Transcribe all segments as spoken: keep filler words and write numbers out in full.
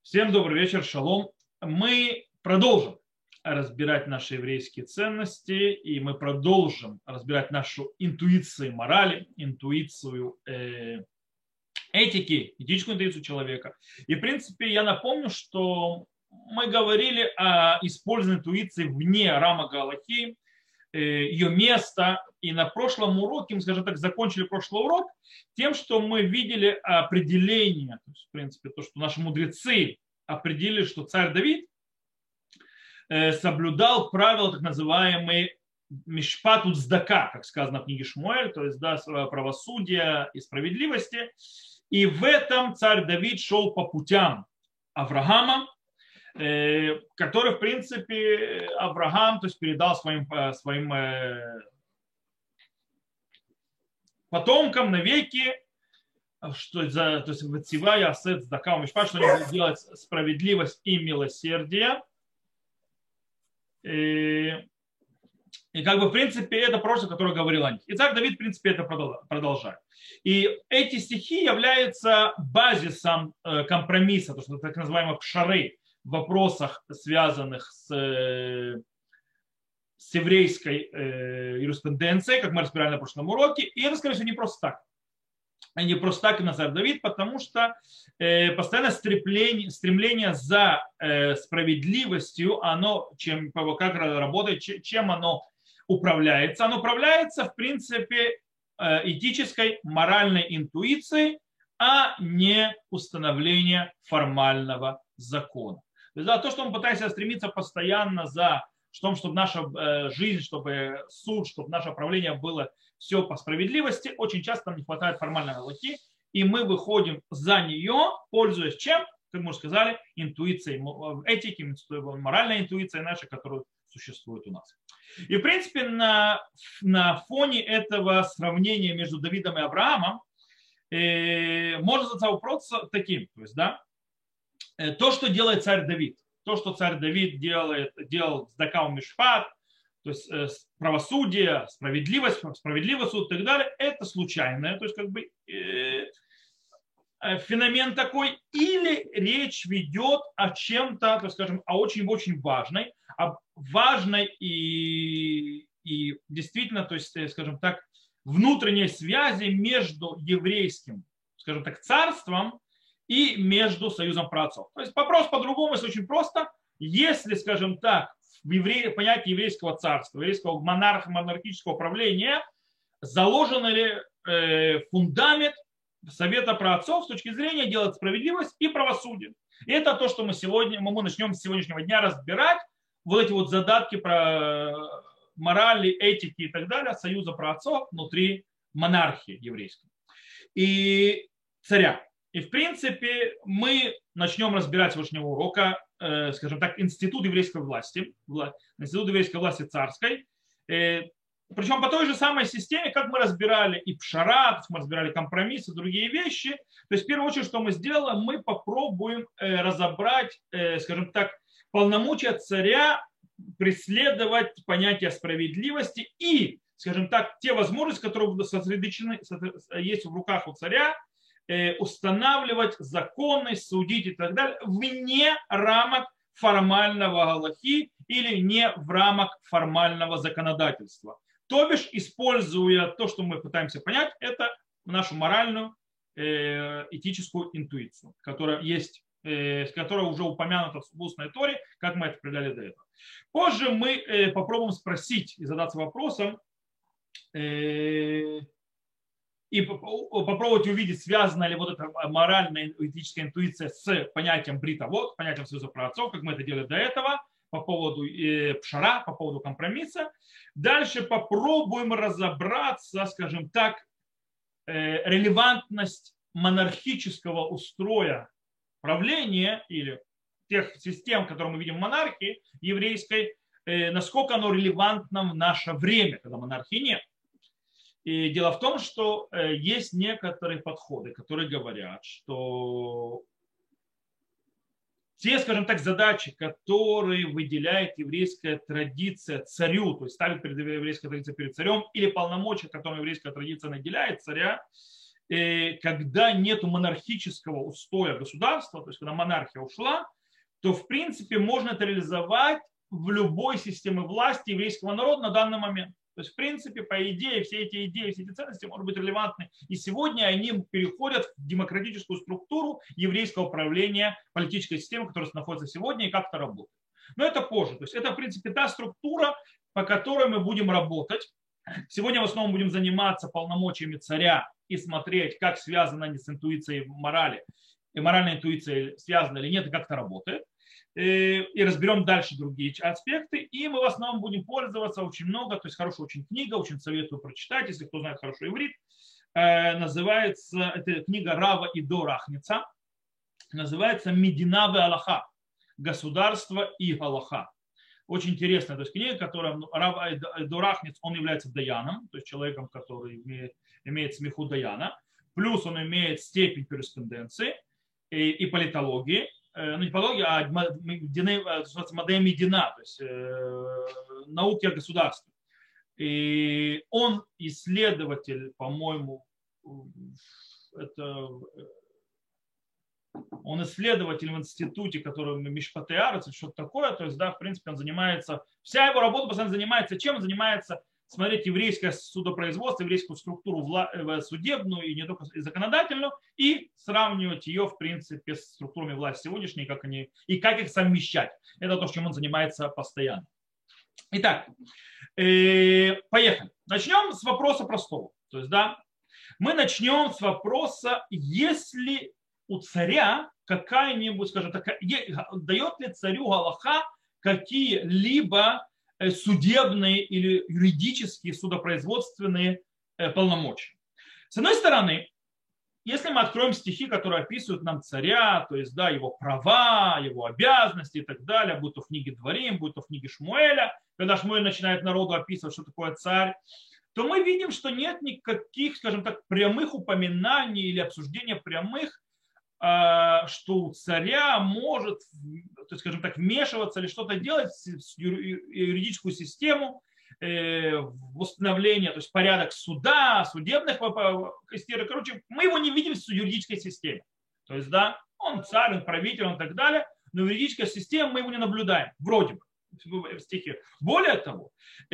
Всем добрый вечер, шалом. Мы продолжим разбирать наши еврейские ценности, и мы продолжим разбирать нашу интуицию морали, интуицию э, этики, этическую интуицию человека. И, в принципе, я напомню, что мы говорили о использовании интуиции вне рамок галахи, ее место. И на прошлом уроке, мы, скажем так, закончили прошлый урок тем, что мы видели определение, то есть, в принципе, то, что наши мудрецы определили, что царь Давид соблюдал правила так называемые мишпат уцдака, как сказано в книге Шмуэль, то есть да, правосудия и справедливости. И в этом царь Давид шел по путям Авраама, который, в принципе, Авраам, то есть, передал своим, своим потомкам навеки, что за, то есть, ватсивая асет сдака мишпат, что они будут делать справедливость и милосердие. И, и как бы, в принципе, это пророчество, которое говорил о них. И царь Давид, в принципе, это продолжает. И эти стихи являются базисом компромисса, то, что так называемые пшары, в вопросах, связанных с, с еврейской э, юриспруденцией, как мы разбирали на прошлом уроке. И это, скорее всего, не просто так. А не просто так и на царь Давид, потому что э, постоянное стремление, стремление за э, справедливостью, оно, чем, как работает, чем оно управляется. Оно управляется, в принципе, э, этической, моральной интуицией, а не установление формального закона. То есть, да, то, что мы пытаемся стремиться постоянно за том, чтобы наша э, жизнь, чтобы суд, чтобы наше правление было все по справедливости, очень часто нам не хватает формальной галахи, и мы выходим за нее, пользуясь чем? Как мы уже сказали, интуицией этики, моральной интуицией нашей, которая существует у нас. И, в принципе, на, на фоне этого сравнения между Давидом и Авраамом э, можно задаться вопрос таким, то есть, да, то, что делает царь Давид, то, что царь Давид делает, делал с Дакау Мишпат, то есть правосудие, справедливость, справедливый суд и так далее, это случайное, то есть как бы э, феномен такой, или речь ведет о чем-то, так скажем, о очень-очень важной, о важной и, и действительно, то есть, скажем так, внутренней связи между еврейским, скажем так, царством и между союзом праотцов. То есть вопрос по-другому, если очень просто. Если, скажем так, в евре... понятии еврейского царства, еврейского монарха, монархического правления заложен ли э, фундамент совета праотцов с точки зрения делать справедливость и правосудие. И это то, что мы сегодня, мы начнем с сегодняшнего дня разбирать, вот эти вот задатки про морали, этики и так далее, союза праотцов внутри монархии еврейской и царя. И, в принципе, мы начнем разбирать сегодняшнего урока, э, скажем так, институт еврейской власти, вла, институт еврейской власти царской. Э, причем по той же самой системе, как мы разбирали и пшара, мы разбирали компромиссы, другие вещи. То есть, в первую очередь, что мы сделаем, мы попробуем э, разобрать, э, скажем так, полномочия царя преследовать понятие справедливости и, скажем так, те возможности, которые сосредоточены, есть в руках у царя, устанавливать законы, судить и так далее вне рамок формального галахи или не в рамках формального законодательства. То бишь, используя то, что мы пытаемся понять, это нашу моральную этическую интуицию, которая есть, которая уже упомянута в устной Торе, как мы это определяли до этого. Позже мы попробуем спросить и задаться вопросом, и попробовать увидеть, связана ли вот эта моральная этическая интуиция с понятием бритовод, понятием союза праотцов, как мы это делали до этого, по поводу пшара, по поводу компромисса. Дальше попробуем разобраться, скажем так, релевантность монархического устроя правления или тех систем, которые мы видим в монархии еврейской, насколько оно релевантно в наше время, когда монархии нет. И дело в том, что есть некоторые подходы, которые говорят, что те, скажем так, задачи, которые выделяет еврейская традиция царю, то есть ставит перед еврейской традицией перед царем, или полномочия, которыми еврейская традиция наделяет царя, когда нет монархического устоя государства, то есть когда монархия ушла, то в принципе можно это реализовать в любой системе власти еврейского народа на данный момент. То есть, в принципе, по идее, все эти идеи, все эти ценности могут быть релевантны. И сегодня они переходят в демократическую структуру еврейского управления политической системы, которая находится сегодня и как это работает. Но это позже. То есть это, в принципе, та структура, по которой мы будем работать. Сегодня в основном будем заниматься полномочиями царя и смотреть, как связано они с интуицией морали, и моральная интуиция связана или нет, и как это работает. И разберем дальше другие аспекты. И мы в основном будем пользоваться очень много, то есть хорошая очень книга, очень советую прочитать, если кто знает хорошо иврит. Называется, это книга Рава Идо Рахница, называется «Медина ве Аллаха», «Государство и Аллаха». Очень интересная, то есть книга, которая Рав Идо Рахниц, он является даяном, то есть человеком, который имеет, имеет смеху даяна, плюс он имеет степень корреспонденции и, и политологии, ну не политологии, а Мадея Медина, то есть э, науки о государстве. И он исследователь, по-моему, это, он исследователь в институте, который Мишпатей Арец, или что-то такое, то есть, да, в принципе, он занимается, вся его работа постоянно занимается, чем он занимается, смотреть еврейское судопроизводство, еврейскую структуру судебную и не только и законодательную, и сравнивать ее, в принципе, с структурами власти сегодняшней, как они, и как их совмещать. Это то, чем он занимается постоянно. Итак, э, поехали. Начнем с вопроса простого. То есть, да, мы начнем с вопроса, если у царя какая-нибудь, скажем так, дает ли царю галаха какие-либо судебные или юридические судопроизводственные полномочия. С одной стороны, если мы откроем стихи, которые описывают нам царя, то есть да, его права, его обязанности и так далее, будь то в книге Дворим, будь то в книге Шмуэля, когда Шмуэль начинает народу описывать, что такое царь, то мы видим, что нет никаких, скажем так, прямых упоминаний или обсуждения прямых, что у царя может, то есть, скажем так, вмешиваться или что-то делать в юридическую систему, в установление, то есть порядок суда, судебных истерик. Короче, мы его не видим в юридической системе. То есть, да, он царь, он правитель, он так далее, но в юридической системе мы его не наблюдаем, вроде бы, в стихе. Более того,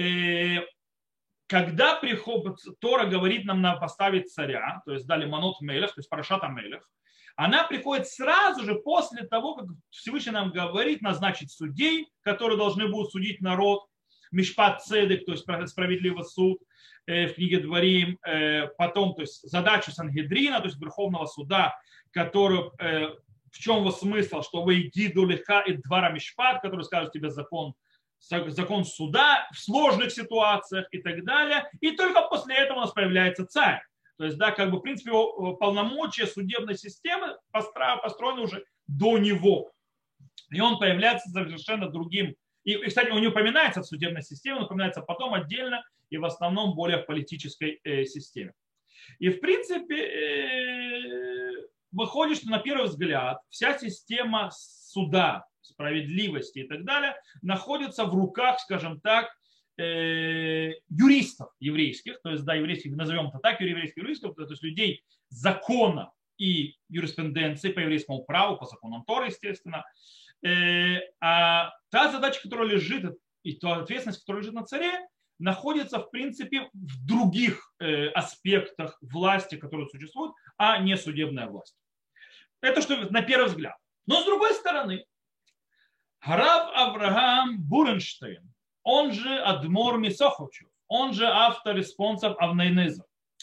когда приходит, Тора говорит нам на поставить царя, то есть дали Манот Мелех, то есть Парашат Амелех, она приходит сразу же после того, как Всевышний нам говорит назначить судей, которые должны будут судить народ, Мишпат Цедек, то есть справедливый суд в книге Дворим, потом, то есть задачу Сангедрина, то есть Верховного суда, который, в чем его смысл, что вы иди до леха и двора Мишпат, который скажет тебе закон, закон суда в сложных ситуациях и так далее, и только после этого у нас появляется царь. То есть, да, как бы, в принципе, полномочия судебной системы построены уже до него. И он появляется совершенно другим. И, кстати, он не упоминается в судебной системе, он упоминается потом отдельно и в основном более в политической э, системе. И, в принципе, э, выходит, что на первый взгляд вся система суда, справедливости и так далее находится в руках, скажем так, юристов еврейских, то есть, да, еврейских, назовем это так, еврейских юристов, то есть людей закона и юриспруденции по еврейскому праву, по законам Торы, естественно. А та задача, которая лежит, и та ответственность, которая лежит на царе, находится, в принципе, в других аспектах власти, которые существуют, а не судебная власть. Это что на первый взгляд. Но с другой стороны, Рав Авраам Буренштейн, он же Адмор Мисоховичев, он же автор респонсов Авнейнеза.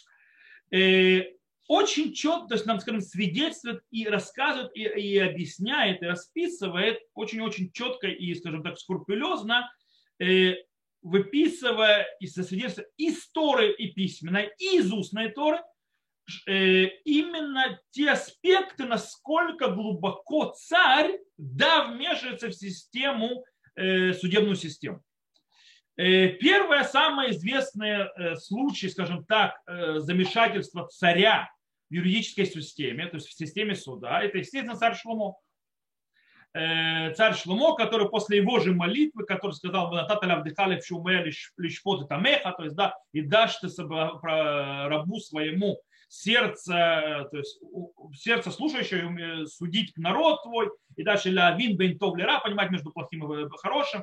Очень четко, то есть нам, скажем, свидетельствует и рассказывает, и, и объясняет, и расписывает очень-очень четко и, скажем так, скрупулезно, выписывая и сосвидетельствуя из Торы и письменной, и из устной Торы, именно те аспекты, насколько глубоко царь, да, вмешивается в систему, судебную систему. Первый, самый известный случай, скажем так, замешательства царя в юридической системе, то есть в системе суда, это, естественно, царь Шломо. Царь Шломо, который после его же молитвы, который сказал, то есть, да, и дашь ты рабу своему сердце, то есть сердце слушающее, судить народ твой, и дальше ля вин бен тов лера, понимать между плохим и хорошим.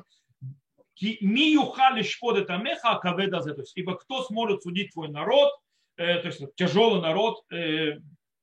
Миюхали шкоды тамеха каведазе, то есть ибо кто сможет судить твой народ, то есть тяжелый народ, то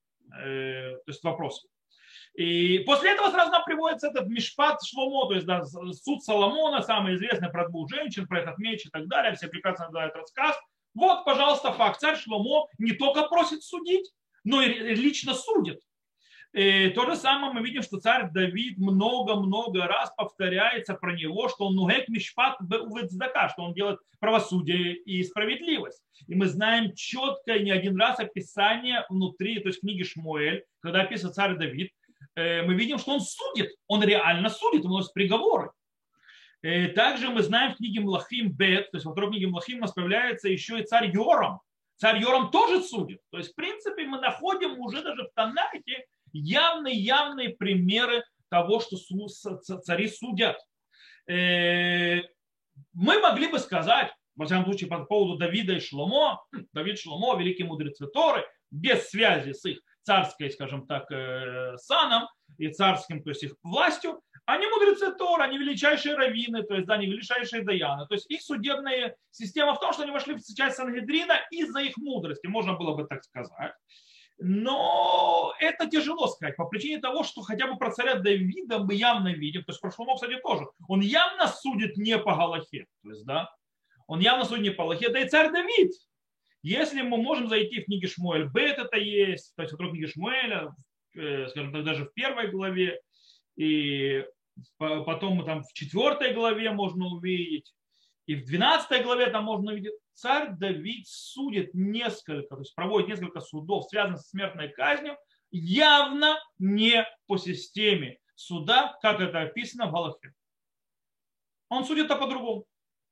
есть вопрос. И после этого сразу нам приводится этот Мишпат Шломо, то есть да, суд Соломона, самый известный про двух женщин, про этот меч и так далее. Все прекрасно знают рассказ. Вот, пожалуйста, факт. Царь Шломо не только просит судить, но и лично судит. И то же самое мы видим, что царь Давид много-много раз повторяется про него, что он нугек мишпат бецдака, что он делает правосудие и справедливость. И мы знаем четко не один раз описание внутри, то есть книги Шмуэль, когда описывает царь Давид, мы видим, что он судит, он реально судит, он носит приговоры. Также мы знаем в книге Млахим Бет, то есть во второй книге Млахим у нас появляется еще и царь Йорам. Царь Йорам тоже судит. То есть, в принципе, мы находим уже даже в Танахе явные-явные примеры того, что цари судят. Мы могли бы сказать, во всяком случае, по поводу Давида и Шломо, Давид и Шломо, великие мудрецы Торы, без связи с их царской, скажем так, саном и царским, то есть их властью, они мудрецы Тора, они величайшие раввины, то есть да, они величайшие даяны. То есть их судебная система в том, что они вошли в часть Сангедрина из-за их мудрости, можно было бы так сказать. Но это тяжело сказать по причине того, что хотя бы про царя Давида мы явно видим, то есть про Шломо, кстати, тоже, он явно судит не по Галахе, то есть да, он явно судит не по Галахе, да и царь Давид. Если мы можем зайти в книги Шмуэль Бет, это есть, то есть в книге Шмуэля, скажем так, даже в первой главе, и потом мы там в четвертой главе можно увидеть, и в двенадцатой главе там можно увидеть, царь Давид судит несколько, то есть проводит несколько судов, связанных с смертной казнью, явно не по системе суда, как это описано в Галахе. Он судит-то по-другому.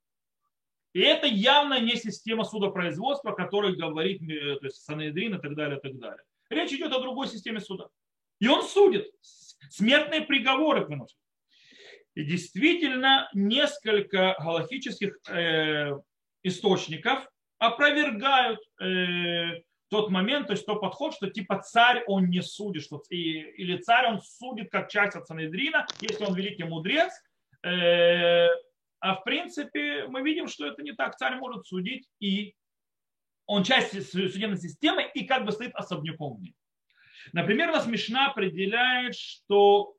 И это явно не система судопроизводства, о которой говорит то есть Санедрин и так далее, и так далее. Речь идет о другой системе суда. И он судит. Смертные приговоры выносит. И действительно несколько галахических э, источников опровергают э, тот момент, то есть тот подход, что типа царь он не судит, что, и, или царь он судит как часть от Санедрина, если он великий мудрец. Э, а в принципе мы видим, что это не так. Царь может судить, и он часть судебной системы и как бы стоит особняком в ней. Например, у нас Мишна определяет, что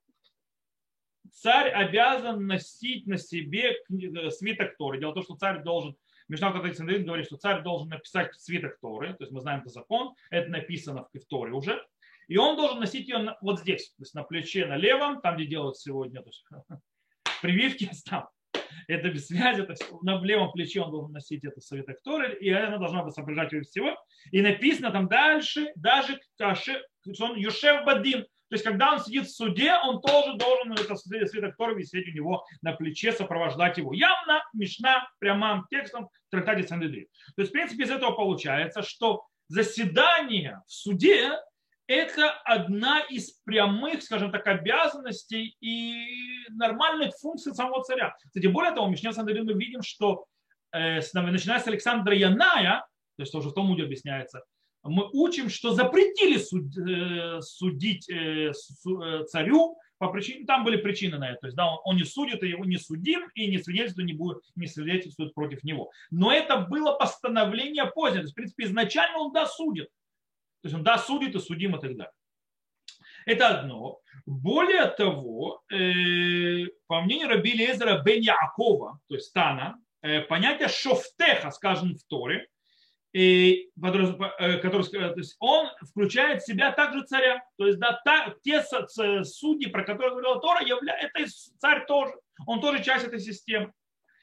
царь обязан носить на себе свиток Торы. Дело в том, что царь должен, Мишна говорит, что царь должен написать свиток Торы, то есть мы знаем это закон, это написано в Торе уже, и он должен носить ее вот здесь, то есть на плече на левом, там, где делают сегодня, то есть прививки там. Это без связи, то есть на левом плече он должен носить эту свиток Торы, и она должна быть сопряжать его всего. И написано там дальше, даже что он Юшев Бадин, то есть когда он сидит в суде, он тоже должен этот свиток Торы висеть у него на плече, сопровождать его. Явно Мишна прямым текстом в трактате Санедрин. То есть в принципе из этого получается, что заседание в суде это одна из прямых, скажем так, обязанностей и нормальных функций самого царя. Кстати, более того, в Мишне Санедрин мы видим, что э, начиная с Александра Яная, то есть тоже в Талмуде объясняется, мы учим, что запретили суд, э, судить э, су, э, царю по причине, там были причины на это, то есть да, он, он не судит, и его не судим, и не свидетельствует, не, будет, не свидетельствует против него. Но это было постановление позднее, то есть в принципе изначально он да судит. То есть он да, судит и судим и так далее. Это одно. Более того, э, по мнению раби Элиэзера бен Яакова, то есть Тана, э, понятие шофтеха, скажем в Торе, э, который, то есть он включает в себя также царя. То есть да, та, те судьи, про которые говорила Тора, явля, это царь тоже. Он тоже часть этой системы.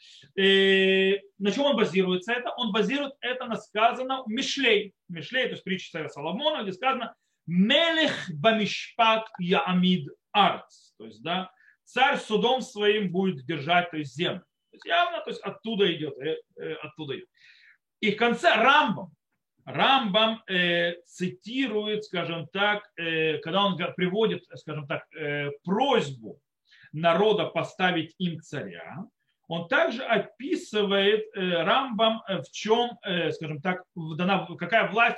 И на чем он базируется это? Он базирует это на сказанном Мишлей. Мишлей, то есть притча царя Соломона, где сказано Мелех бамишпат яамид арц. То есть, да, царь судом своим будет держать, то есть землю. То есть явно, то есть оттуда идет, э, э, оттуда идет. И в конце Рамбам, Рамбам э, цитирует, скажем так, э, когда он приводит, скажем так, э, просьбу народа поставить им царя, он также описывает э, Рамбам, э, в чем, э, скажем так, дана, какая власть, то есть в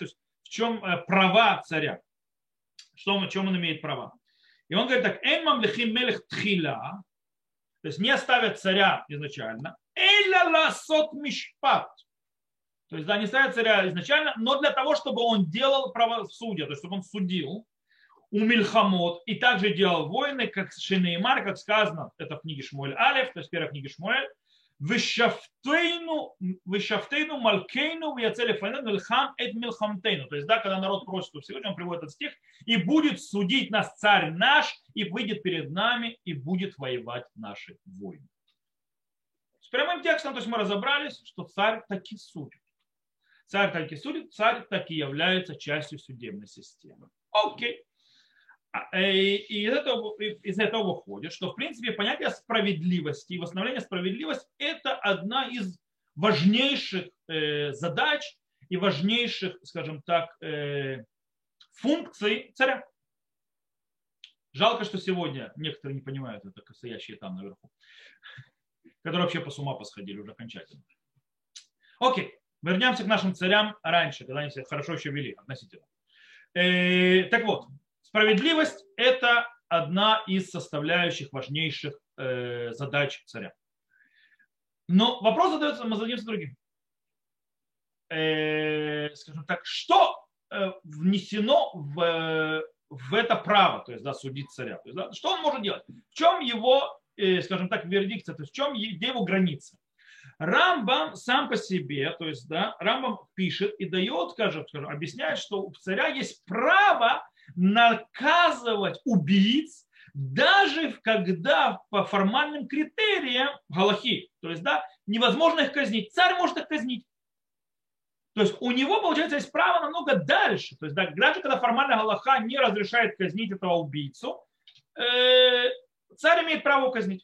в чем права царя, что он, в чем он имеет права. И он говорит так, «Эн мамлехим мелех тхила», то есть не оставят царя изначально, «Эля ласот мишпат», то есть да, не ставят царя изначально, но для того, чтобы он делал правосудие, то есть чтобы он судил, у Мильхамот, и также делал войны, как Шинеймар, как сказано, это в книге Шмуэль Алеф, то есть в первой книге Шмуэль, Вышафтейну малькейну вяцели файну мильхам эт мильхамтейну. То есть, да, когда народ просит у Всевышнего, он приводит этот стих, и будет судить нас царь наш, и выйдет перед нами, и будет воевать наши войны. С прямым текстом, то есть мы разобрались, что царь таки судит. Царь таки судит, царь таки является частью судебной системы. Окей. И из этого, из этого выходит, что в принципе понятие справедливости и восстановления справедливости это одна из важнейших э, задач и важнейших, скажем так, э, функций царя. Жалко, что сегодня некоторые не понимают это, стоящие там наверху, которые вообще по с ума посходили уже окончательно. Окей, вернемся к нашим царям раньше, когда они себя хорошо еще вели относительно. Э, так вот. Справедливость – это одна из составляющих важнейших э, задач царя. Но вопрос задается, мы зададимся другим. Э, скажем так, что э, внесено в, в это право, то есть да, судить царя? То есть, да, что он может делать? В чем его, э, скажем так, вердикция, то есть в чем где его граница? Рамбам сам по себе, то есть да, Рамбам пишет и дает, скажем, скажем, объясняет, что у царя есть право наказывать убийц, даже когда по формальным критериям галахи, то есть да, невозможно их казнить. Царь может их казнить. То есть у него, получается, есть право намного дальше. То есть да, даже когда формальная галаха не разрешает казнить этого убийцу, э, царь имеет право казнить.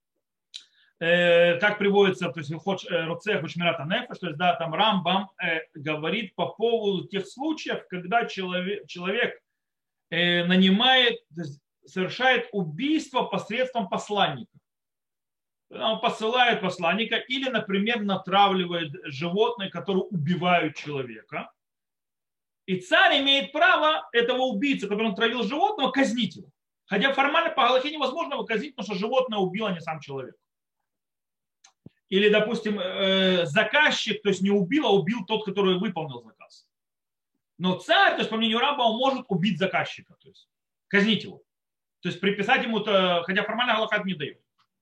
Э, так приводится, то есть Роцех Вишмират Нефеш, то есть да, там Рамбам э, говорит по поводу тех случаев, когда человек, человек нанимает, совершает убийство посредством посланника. Он посылает посланника или, например, натравливает животные, которые убивают человека. И царь имеет право этого убийцу, который он травил животного, казнить его. Хотя формально по галахе невозможно его казнить, потому что животное убило, а не сам человек. Или, допустим, заказчик, то есть не убил, а убил тот, который выполнил заказ. Но царь, то есть по мнению Рамбама, он может убить заказчика, то есть казнить его. То есть приписать ему, хотя формально галаха не дает.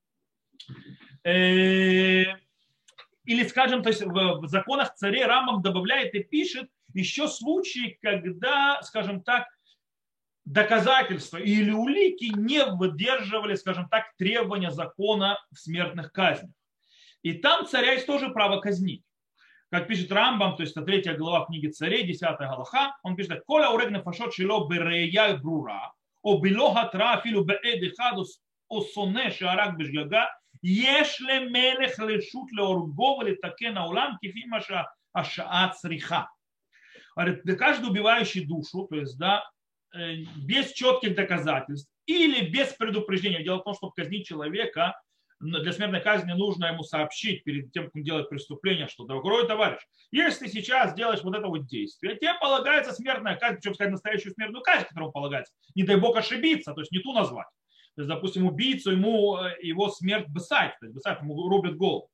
Или, скажем, то есть в законах царей Рамбам добавляет и пишет еще случаи, когда, скажем так, доказательства или улики не выдерживали, скажем так, требования закона в смертных казнях. И там царя есть тоже право казнить. Как пишет Рамбам, то есть это третья глава книги царей, десятая галаха, он пишет, «Коля урек нефашот шило берея брура, о билоха тра филу беэд ихад о соне шаарак бешгага, еш ле мелех лешут леоргов летакен аулам кифи маша ашаа цриха». Каждый убивающий душу, то есть да, без четких доказательств или без предупреждения, дело в том, чтобы казнить человека, для смертной казни нужно ему сообщить перед тем, как он делает преступление, что, дорогой товарищ, если ты сейчас делаешь вот это вот действие, тебе полагается смертная казнь, причем сказать настоящую смертную казнь, которому полагается. Не дай бог ошибиться, то есть не ту назвать. То есть, допустим, убийцу, ему его смерть бесайт, то есть бесайт, ему рубят голову.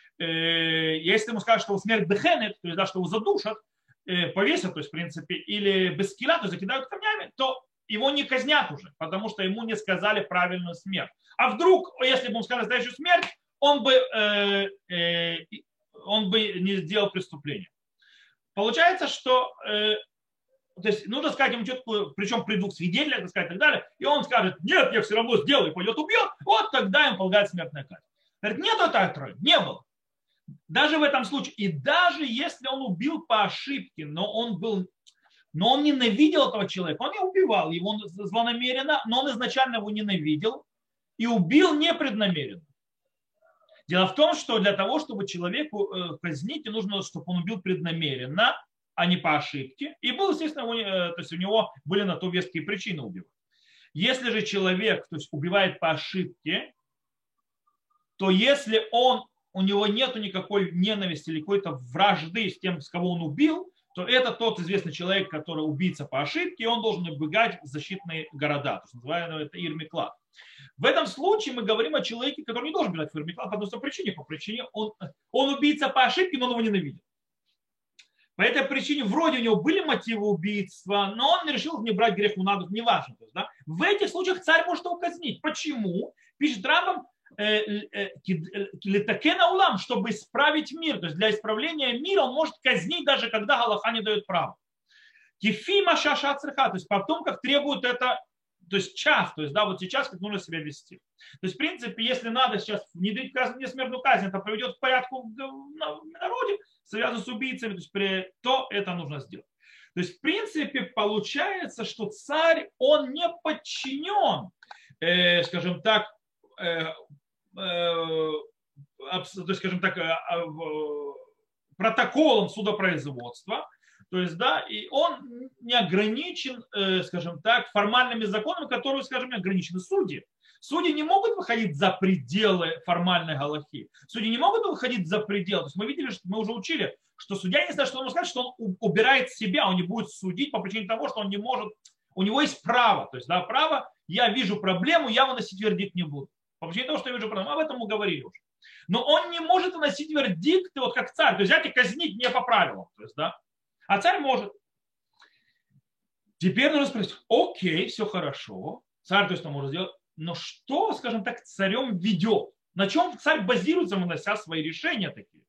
Если ему скажут, что его смерть бехенет, то есть да, что его задушат, повесят, то есть в принципе, или без киля, то есть закидают камнями, то его не казнят уже, потому что ему не сказали правильную смерть. А вдруг, если бы ему сказали настоящую смерть, он бы, э, э, он бы не сделал преступление. Получается, что э, то есть нужно сказать ему четкую, причем при двух свидетелях, так сказать, и так далее, и он скажет, нет, я все равно сделаю, и пойдет убьет, вот тогда им полагается смертная казнь. Говорит, нет этой не было. Даже в этом случае, и даже если он убил по ошибке, но он был... Но он ненавидел этого человека, он не убивал его злонамеренно, но он изначально его ненавидел и убил непреднамеренно. Дело в том, что для того, чтобы человеку казнить, нужно, чтобы он убил преднамеренно, а не по ошибке. И был, естественно, то есть у него были на то веские причины убивать. Если же человек, то есть убивает по ошибке, то если он, у него нет никакой ненависти или какой-то вражды с тем, с кого он убил, то это тот известный человек, который убийца по ошибке, и он должен убегать в защитные города, то есть называемый это Ирмиклад. В этом случае мы говорим о человеке, который не должен бежать в Ирмиклад по одной причине, по причине он, он убийца по ошибке, но он его ненавидит. По этой причине вроде у него были мотивы убийства, но он решил не брать грех мунадов, неважно. То есть, да, в этих случаях царь может его казнить. Почему? Пишет Рамбам, литакена улам, чтобы исправить мир. То есть для исправления мира он может казнить, даже когда Галаха не дает права. Кефима шаша цреха, то есть по том, как требует это, то есть час, то есть да, вот сейчас как нужно себя вести. То есть в принципе, если надо сейчас внедрить не смертную казнь, это приведет к порядку в народе, связано с убийцами, то, есть, при, то это нужно сделать. То есть в принципе получается, что царь, он не подчинен, э, скажем так, э, э, то есть, скажем так, э, э, протоколам судопроизводства. То есть, да, и он не ограничен, э, скажем так, формальными законами, которые, скажем, не ограничены судьи. Судьи не могут выходить за пределы формальной галахи. Судьи не могут выходить за пределы. То есть мы видели, что мы уже учили, что судья не знает, что он может сказать, что он убирает себя, он не будет судить по причине того, что он не может, у него есть право. То есть, да, право, я вижу проблему, я выносить вердикт не буду. По причине того, что я вижу проблему. Об этом мы говорили уже. Но он не может выносить вердикты, вот как царь. То есть взять и казнить не по правилам. То есть, да. А царь может. Теперь нужно спросить, окей, все хорошо. Царь, то есть, он может сделать. Но что, скажем так, царем ведет? На чем царь базируется, вынося свои решения такие?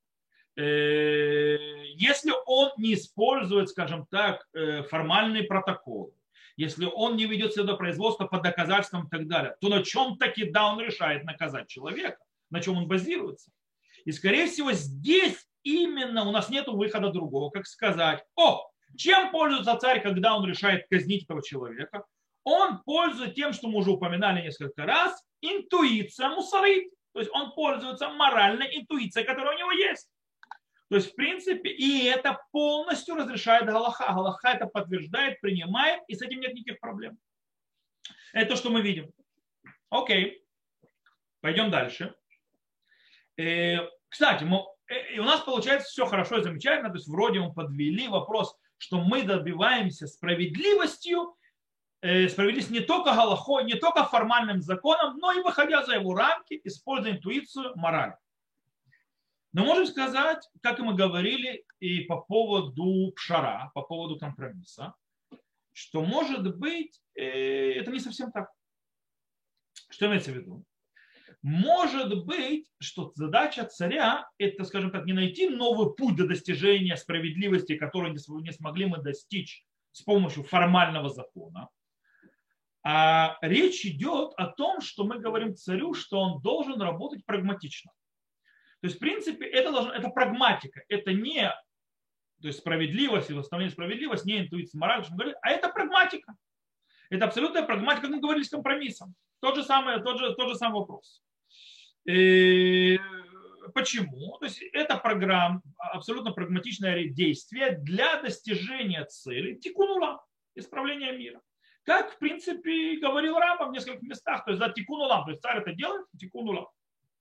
Если он не использует, скажем так, формальные протоколы, если он не ведет судопроизводство по доказательствам и так далее, то на чем таки, да, он решает наказать человека? На чем он базируется? И, скорее всего, здесь именно у нас нет выхода другого, как сказать, о, чем пользуется царь, когда он решает казнить этого человека? Он пользуется тем, что мы уже упоминали несколько раз, интуиция мусарит. То есть он пользуется моральной интуицией, которая у него есть. То есть, в принципе, и это полностью разрешает Галаха. Галаха это подтверждает, принимает, и с этим нет никаких проблем. Это то, что мы видим. Окей. Пойдем дальше. Кстати, мы, у нас получается все хорошо и замечательно. То есть, вроде мы подвели вопрос, что мы добиваемся справедливостью, справедливость не только галахой, не только формальным законом, но и выходя за его рамки, используя интуицию, мораль. Но можем сказать, как и мы говорили, и по поводу пшара, по поводу компромисса, что может быть, это не совсем так. Что имеется в виду? Может быть, что задача царя – это, скажем так, не найти новый путь до достижения справедливости, который не смогли мы достичь с помощью формального закона. А речь идет о том, что мы говорим царю, что он должен работать прагматично. То есть, в принципе, это, должно, это прагматика. Это не то есть справедливость и восстановление справедливости, не интуиция, мораль, что мы говорили, а это прагматика. Это абсолютная прагматика, как мы говорили с компромиссом. Тот же самый, тот же, тот же самый вопрос. И почему? То есть это программа, абсолютно прагматичное действие для достижения цели тикунула, исправления мира. Как, в принципе, говорил Рамбам в нескольких местах. То есть за тикунула, то есть царь это делает, тикунула.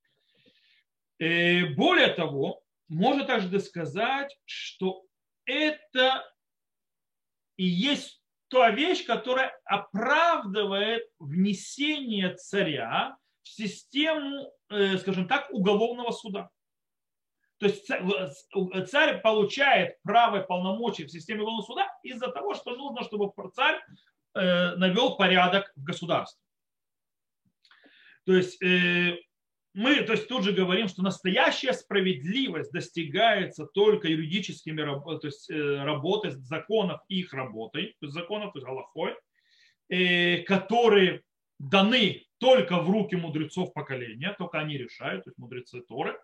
Более того, можно также сказать, что это и есть та вещь, которая оправдывает внесение царя в систему, скажем так, уголовного суда. То есть царь получает право и полномочия в системе уголовного суда из-за того, что нужно, чтобы царь навел порядок в государстве. То есть мы то есть, тут же говорим, что настоящая справедливость достигается только юридическими то есть, работой, законов их работой, то есть законов, то есть галахой, которые даны только в руки мудрецов поколения, только они решают, то есть мудрецы Торы,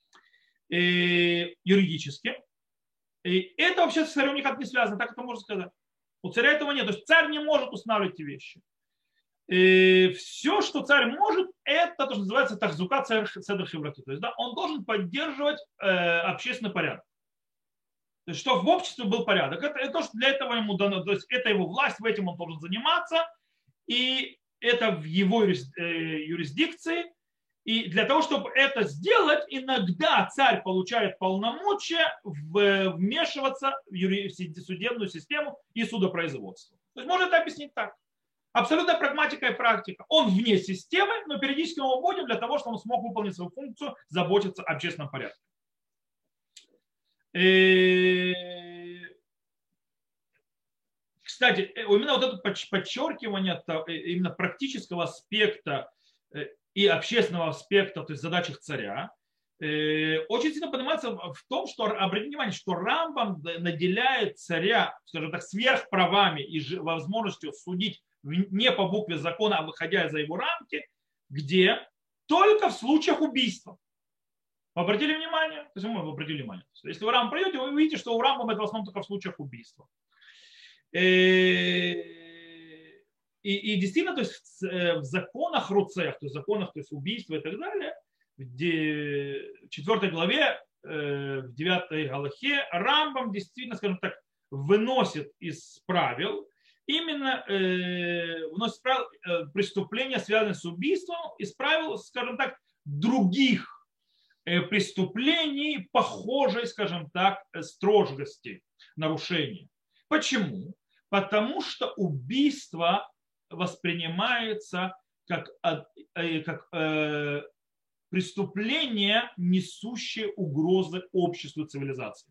юридически. И это вообще с царем никак не связано, так это можно сказать. У царя этого нет, то есть царь не может устанавливать эти вещи. И все, что царь может, это то, что называется тахзука седер хеврати. То есть да, он должен поддерживать э, общественный порядок. То есть, что в обществе был порядок. Это, это то, что для этого ему дано. То есть это его власть, в этим он должен заниматься. И это в его юрисдикции. И для того, чтобы это сделать, иногда царь получает полномочия вмешиваться в судебную систему и судопроизводство. То есть можно это объяснить так. Абсолютная прагматика и практика. Он вне системы, но периодически мы его вводим для того, чтобы он смог выполнить свою функцию, заботиться о общественном порядке. И... Кстати, именно вот это подчеркивание именно практического аспекта и общественного аспекта, то есть задачах царя, очень сильно понимается в том, что, обратите внимание, что Рамбам наделяет царя, скажем так, сверхправами и возможностью судить не по букве закона, а выходя за его рамки, где только в случаях убийства. Вы обратили внимание? То есть мы обратили внимание. Если вы Рамбам пройдете, вы увидите, что у Рамбама это в основном только в случаях убийства. И, и действительно, то есть в, в законах руцех, то есть в законах, то есть убийства и так далее, в четвёртой главе, в девятой галахе, Рамбам действительно, скажем так, выносит из правил, именно э, выносит правил, э, преступления, связанные с убийством, из правил, скажем так, других э, преступлений, похожей, скажем так, строгости, нарушений. Почему? Потому что убийство воспринимается как, как э, преступление, несущее угрозы обществу и цивилизации.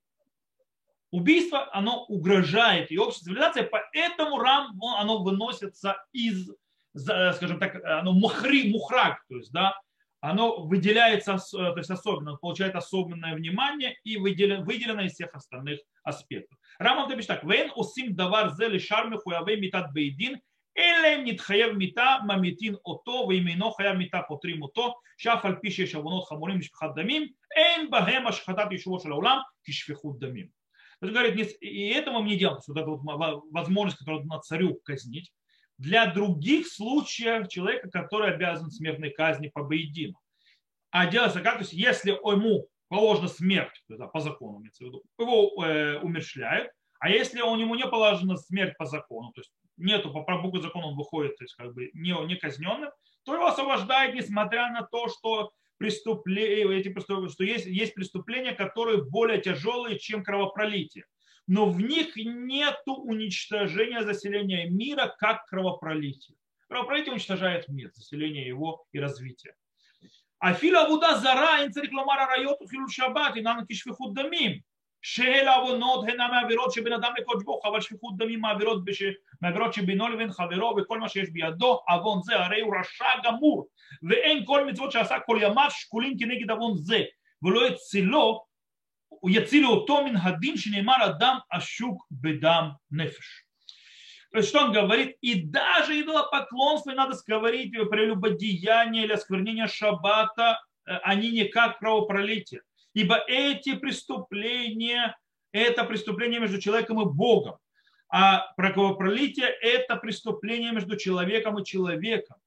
Убийство, оно угрожает и обществу, и цивилизации, поэтому рам, оно выносится из, скажем так, оно мухри, мухрак, то есть, да, оно выделяется, то есть особенно, получает особенное внимание и выделено, выделено из всех остальных аспектов. Рамам пишет так: «Вен усим давар зели шарми хуявей митат бейдин, элем нитхаев мита мамитин ото, веймино хаяв мита потрим ото, шаф аль пиши шавунот хамурим мишпахат дамим, эйн багем ашхатат ишуво шалаулам кишфихут дамим». То есть, говорит, и этого мы не делаем, вот эта вот возможность, которую на царю казнить, для других случаев человека, который обязан смертной казни по бейдину. А делается как? То есть, если ему положена смерть, то есть, по закону, имеется в виду, его э, умерщвляют, а если у него не положена смерть по закону, то есть нету, по букве закона он выходит, то есть как бы не, не казненным, то его освобождают, несмотря на то, что, преступления, эти, что есть, есть преступления, которые более тяжелые, чем кровопролитие. Но в них нет уничтожения заселения мира, как кровопролитие. Кровопролитие уничтожает мир, заселение его и развитие. Афила авуда зара ин царих ломар арайот ухилул шаббат инан кишфихут дамим. Шеэл авонот הן מהעבירות שבין אדם לקודש ברוך הוא, אבל שפיכות דמים מהעבירות שבינו לבין חברו וכל מה שיש בידו, עוון זה הרי הוא רשע גמור, ואין כל מצוות שעשה כל ימיו שקולים כנגד עוון זה, ולא יצילו, יצילו אותו מן הדין שנאמר אדם עשוק בדם נפש. То есть, что он говорит? И даже идолопоклонство, и надо говорить, прелюбодеяние или осквернение шаббата, они не как кровопролитие. Ибо эти преступления, это преступление между человеком и Богом. А кровопролитие – это преступление между человеком и человеком.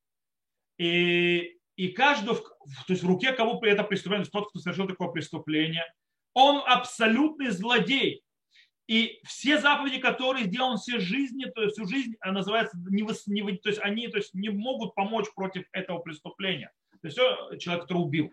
И, и каждый, то есть в руке кого это преступление, тот, кто совершил такое преступление, он абсолютный злодей. И все заповеди, которые сделаны всей жизни, то есть всю жизнь, называется, не, не, то есть они то есть не могут помочь против этого преступления. То есть все, человек, который убил.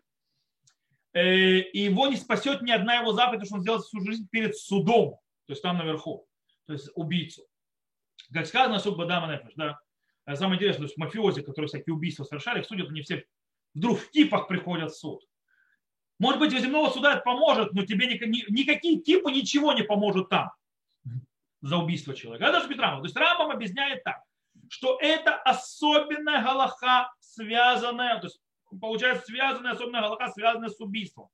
И его не спасет ни одна его заповедь, потому что он сделал всю жизнь перед судом, то есть там наверху, то есть убийцу. Как сказано, суд бадама нефеш, да. Самое интересное, то есть мафиози, которые всякие убийства совершали, их судят, они все вдруг в типах приходят в суд. Может быть, у земного суда это поможет, но тебе никакие типы ничего не поможет там за убийство человека. Это же Рамбам. То есть Рамбам объясняет так, что это особенная галаха, связанная, то есть получается связанная, особенная галаха, связанная с убийством.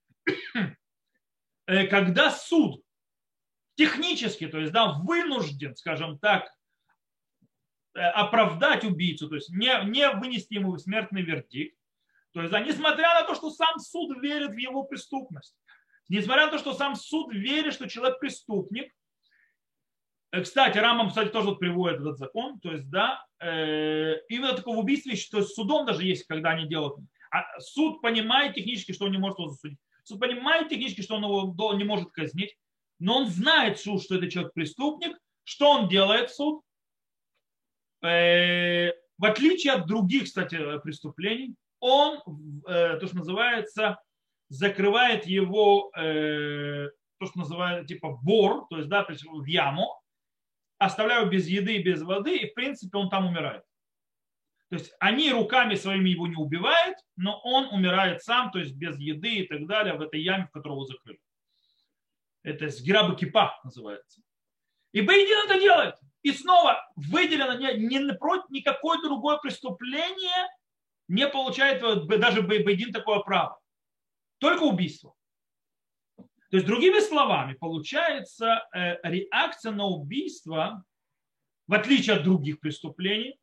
Когда суд технически, то есть да, вынужден, скажем так, оправдать убийцу, то есть не, не вынести ему смертный вердикт, то есть, да, несмотря на то, что сам суд верит в его преступность, несмотря на то, что сам суд верит, что человек преступник. Кстати, Рамбам, кстати, тоже вот приводит этот закон, то есть, да, э, именно такого убийства, то есть судом даже есть, когда они делают, а суд понимает технически, что он не может его засудить. Суд понимает технически, что он его не может казнить, но он знает, суд, что этот человек преступник. Что он делает, суд? Э, в отличие от других, кстати, преступлений, он, э, то, что называется, закрывает его, э, то, что называется, типа бор, то есть, да, то есть в яму, оставляю без еды и без воды, и в принципе он там умирает. То есть они руками своими его не убивают, но он умирает сам, то есть без еды и так далее, в этой яме, в которую его закрыли. Это сгираба кипа называется. И Бейдин это делает. И снова выделено не, не против никакое другое преступление не получает даже Бейдин такое право. Только убийство. То есть, другими словами, получается э, реакция на убийство, в отличие от других преступлений,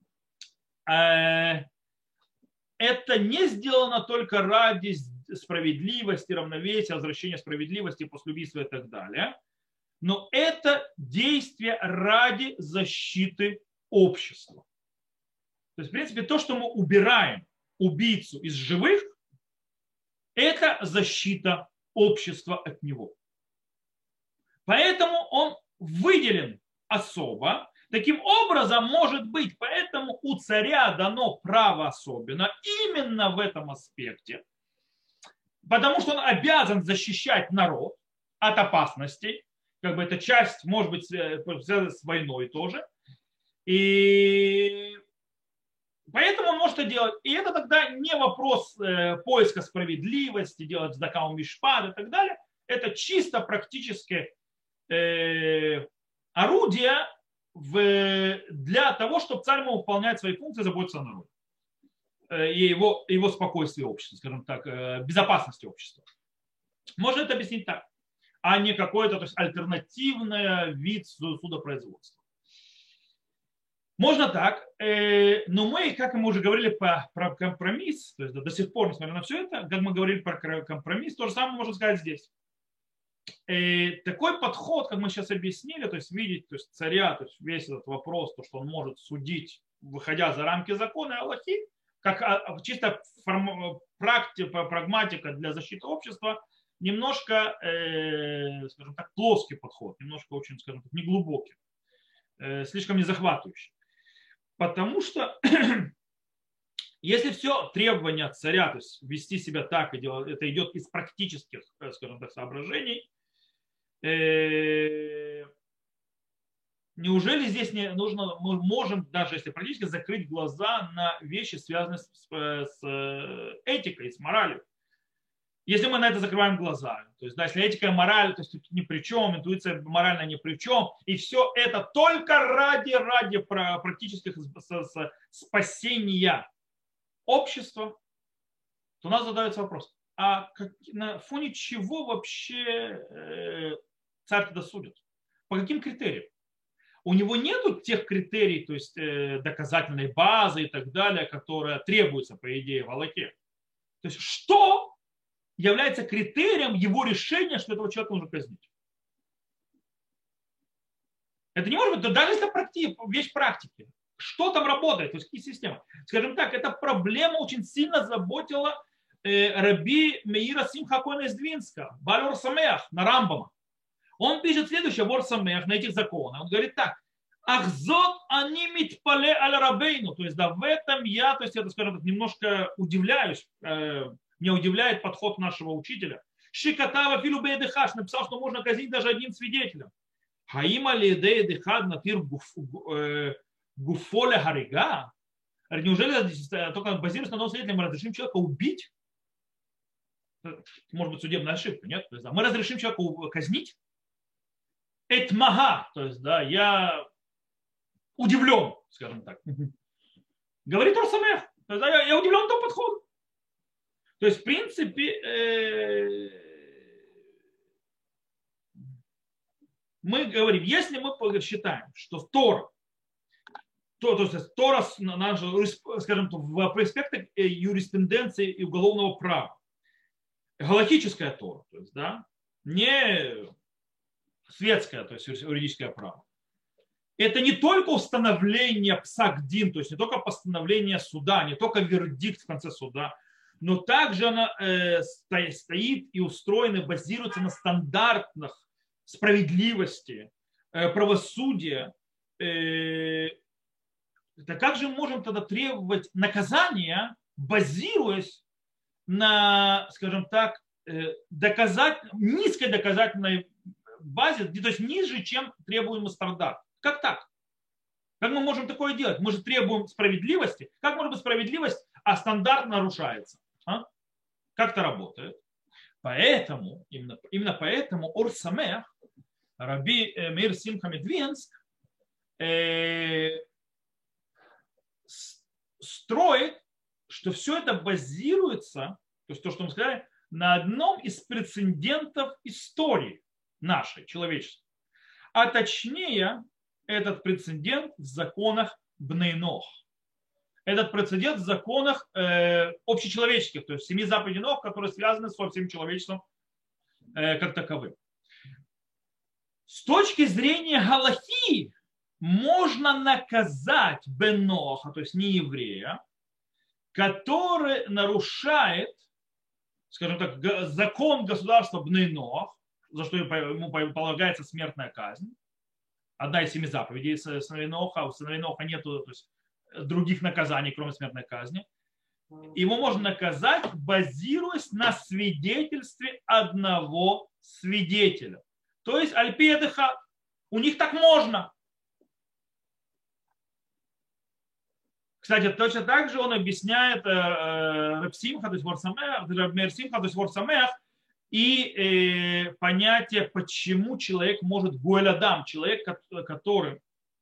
э, это не сделано только ради справедливости, равновесия, возвращения справедливости после убийства и так далее, но это действие ради защиты общества. То есть, в принципе, то, что мы убираем убийцу из живых, это защита общества от него. Поэтому он выделен особо. Таким образом, может быть, поэтому у царя дано право особенно именно в этом аспекте, потому что он обязан защищать народ от опасностей. Как бы эта часть, может быть, связана с войной тоже. И поэтому он может это делать. И это тогда не вопрос поиска справедливости, делать сдакау мишпад и так далее. Это чисто практическое орудие для того, чтобы царь мог выполнять свои функции, заботиться о народе и его, его спокойствие общества, скажем так, безопасности общества. Можно это объяснить так, а не какой-то, то есть альтернативный вид судопроизводства. Можно так, но мы, как мы уже говорили про компромисс, то есть до сих пор, несмотря на все это, как мы говорили про компромисс, то же самое можно сказать здесь. Такой подход, как мы сейчас объяснили, то есть видеть то есть царя, то есть весь этот вопрос, то, что он может судить, выходя за рамки закона и Аллахи, как чисто практика, прагматика для защиты общества, немножко, скажем так, плоский подход, немножко очень, скажем так, неглубокий, слишком незахватывающий. Потому что если все требования царя, то есть вести себя так, и делать, это идет из практических, скажем так, соображений, неужели здесь не нужно, мы можем, даже если практически, закрыть глаза на вещи, связанные с, с этикой, с моралью? Если мы на это закрываем глаза, то есть, да, если этика и мораль, то есть ни при чем, интуиция моральная ни при чем, и все это только ради, ради практических спасения общества, то у нас задается вопрос, а как, на фоне чего вообще э, царь тогда судит? По каким критериям? У него нет тех критерий, то есть э, доказательной базы и так далее, которые требуются, по идее, в Аллахе. То есть что является критерием его решения, что этого человека нужно казнить? Это не может быть, даже если это вещь практики. Что там работает, то есть какие системы? Скажем так, эта проблема очень сильно заботила э, раби Меира Симха Коэна из Двинска, Баль Ор Самеах, на Рамбама. Он пишет следующее в Ор Самеах на этих законах. Он говорит так: Ахзот они митпале аль рабейну. То есть да, в этом я, то есть это, скажем так, немножко удивляюсь, э, меня удивляет подход нашего учителя. Шикатава филу бейдехаш написал, что можно казнить даже одним свидетелем. Хаима лидей дехад натир гуфоля харига. Неужели только базируясь на одном свидетеле мы разрешим человека убить? Может быть, судебная ошибка, нет? То есть, да, мы разрешим человека казнить? Этмага, то есть, да, я удивлен, скажем так. Говорит Ор Самеах. Я, я удивлен этому подходу. То есть, в принципе, э, мы говорим, если мы считаем, что Тора, то, то есть Тора, скажем, в аспектах юриспруденции и уголовного права, галактическая Тора, то есть, да, не светское, то есть юридическое право. Это не только установление псак-дин, то есть не только постановление суда, не только вердикт в конце суда, но также она э, стоит и устроена, базируется на стандартах справедливости, э, правосудия. Э, это как же мы можем тогда требовать наказания базируясь на, скажем так, доказать, низкой доказательной базе, то есть ниже, чем требуемый стандарт. Как так? Как мы можем такое делать? Мы же требуем справедливости. Как может быть справедливость, а стандарт нарушается? А? Как это работает? Поэтому, именно, именно поэтому Ор Самех, Раби Меир Симха Медвинск, э, строит, что все это базируется, то есть то, что мы сказали, на одном из прецедентов истории нашей, человечества. А точнее, этот прецедент в законах Бней-Нох. Этот прецедент в законах э, общечеловеческих, то есть семи заповедей Нох, которые связаны со всем человечеством э, как таковым. С точки зрения галахи можно наказать Бен-Ноха, то есть не еврея, который нарушает, скажем так, закон государства Бней-Нох, за что ему полагается смертная казнь. Одна из семи заповедей сыновей Ноха, у сыновей Ноха нет других наказаний, кроме смертной казни. Его можно наказать, базируясь на свидетельстве одного свидетеля. То есть альпиедыха, у них так можно. Кстати, точно так же он объясняет Раб Симха, то есть Ворсамех, Раб Симха, то есть Ворсамех, и э, понятие, почему человек может Гуэль Адам, человек, который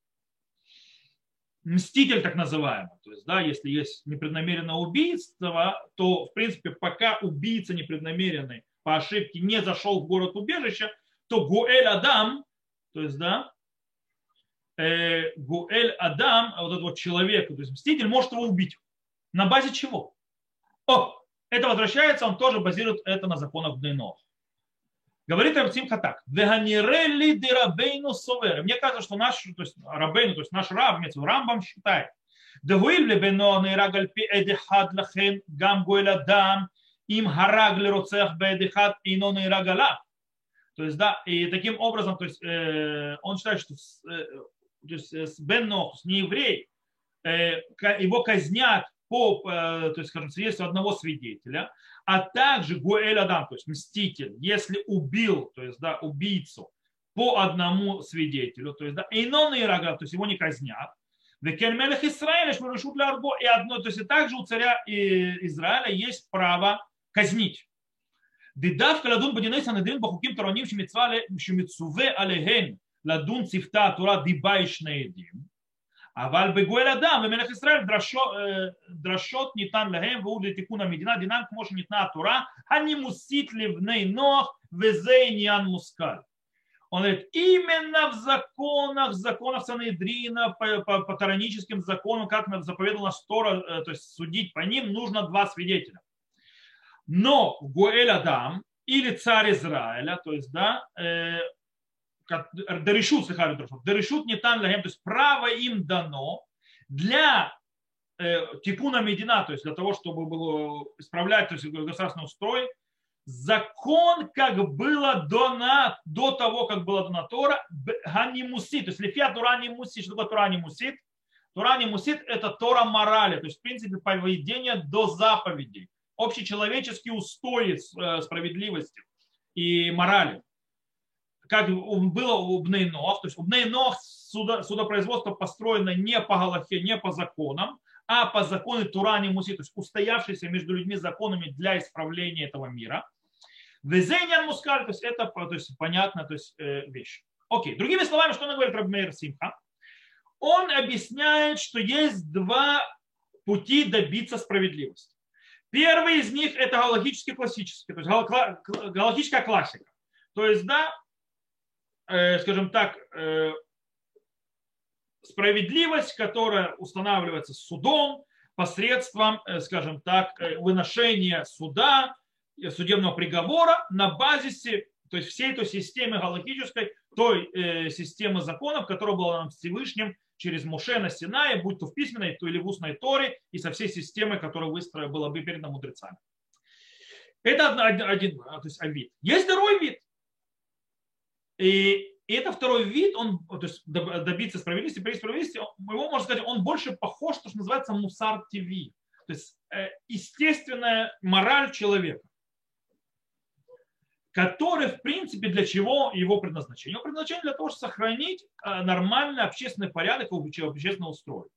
мститель так называемый. То есть, да, если есть непреднамеренное убийство, то, в принципе, пока убийца непреднамеренный по ошибке не зашел в город убежища, то Гуэль Адам, то есть, да, э, Гуэль Адам, вот этот вот человек, то есть мститель, может его убить. На базе чего? О, это возвращается, он тоже базирует это на законах Бней-Нох. Говорит Раб Симха так. Мне кажется, что наш, то есть Рабейну, то есть наш раб, Рамбам считает, то есть, да, и таким образом, то есть, э, он считает, что э, то есть, с Бен-Нох, с нееврей, э, его казнят по, то есть, скажем, свидетельству одного свидетеля, а также Гуэль Адам, то есть мститель, если убил, то есть, да, убийцу по одному свидетелю, то есть, да, Эйнон и Ирага, то есть его не казнят. И одно, то есть, и также у царя Израиля есть право казнить. Дедавка ладун бадиней санедрин бахуким тароним шемицуве алехем ладун цифта тура дибайш наедим. אבל בגואל אדם ומלך ישראל דרשות ניתן להם והוא לתיקון המדינה דינם כמו שניתנה התורה הנימוסית לבני נוח וזה עניין מושכל. Он говорит, именно в законах, в законах Санедрина, по, по, по тараническим законам, как заповедовала Тора, то есть судить по ним, нужно два свидетеля. Но Гуэль Адам или царь Израиля, то есть, да, Даришут, Даришут не там, то есть право им дано для тикуна медина, то есть для того, чтобы было исправлять, то есть государственный устрой, закон, как было до, до того, как было дана Тора, ганимусит, то есть лифия Тора не мусит, что такое Тора не мусит? Тора не мусит – это Тора морали, то есть в принципе поведение до заповедей, общечеловеческие устои справедливости и морали. Как было у Бней-Нох, то есть у Бней-Нох судопроизводство построено не по галахе, не по законам, а по закону Тора не мусит, то есть устоявшиеся между людьми законами для исправления этого мира. Везеньян мускаль, то есть это то есть, понятно, то есть, э, вещь. Окей, другими словами, что он говорит Раб Меир Симха? Он объясняет, что есть два пути добиться справедливости. Первый из них это галахический классический, то есть галахическая классика. То есть, да, скажем так, справедливость, которая устанавливается судом посредством, скажем так, выношения суда, судебного приговора на базисе, то есть всей той системы галахической, той системы законов, которая была нам Всевышним через Моше на Синае, будь то в письменной, то или в устной Торе, и со всей системой, которая выстроена была бы перед мудрецами. Это один, один то есть, вид. Есть второй вид. И это второй вид, он, то есть добиться справедливости, при справедливости, его можно сказать, он больше похож, то, что называется мусар ТВ. то есть естественная мораль человека, который, в принципе, для чего его предназначение? Его предназначение для того, чтобы сохранить нормальный общественный порядок и общественное устройство.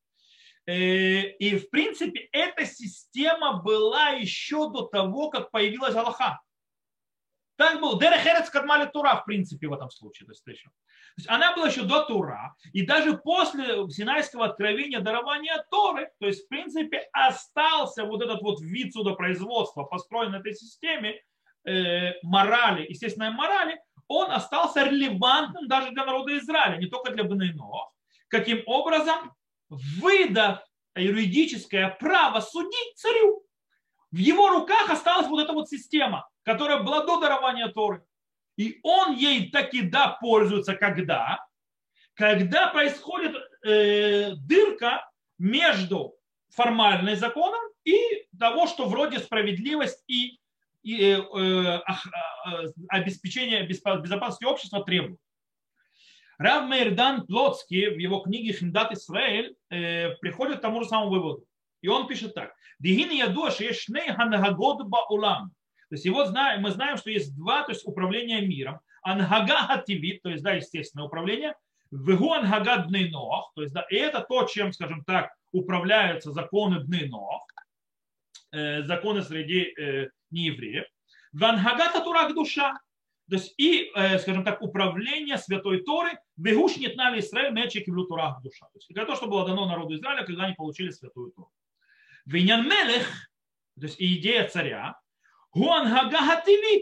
И, в принципе, эта система была еще до того, как появилась Аллаха. Так был. Дерех эрец кадма ле-Тура, в принципе, в этом случае. То есть, еще. То есть она была еще до Тура, и даже после Синайского откровения, дарования Торы, то есть, в принципе, остался вот этот вот вид судопроизводства, построен на этой системе, э, морали, естественной морали, он остался релевантным даже для народа Израиля, не только для Бней Ноах. Каким образом? Выдав юридическое право судить царю. В его руках осталась вот эта вот система, которая была до дарования Торы. И он ей таки да пользуется когда? Когда происходит э, дырка между формальным законом и того, что вроде справедливость и, и э, э, обеспечение безопасности общества требуют. Рав Меир Дан Плотский в его книге «Химдат Исраэль» э, приходит к тому же самому выводу. И он пишет так. «Дигини ядуа шеешней ханагод баулам». То есть его знаем, мы знаем, что есть два, то есть управления миром. Ангага хативит, то есть да, естественное управление. Вегу ангага бней Ноах, то есть да, и это то, чем, скажем так, управляются законы бней Ноах, э, законы среди э, неевреев. Вангага татурак душа. То есть и, скажем так, управление Святой Торы, вегуш нетнали Израиль, мечи кивлю Турах душа. То есть это то, что было дано народу Израиля, когда они получили Святую Тору. Винян Мелех, то есть идея царя, гуангага хативит,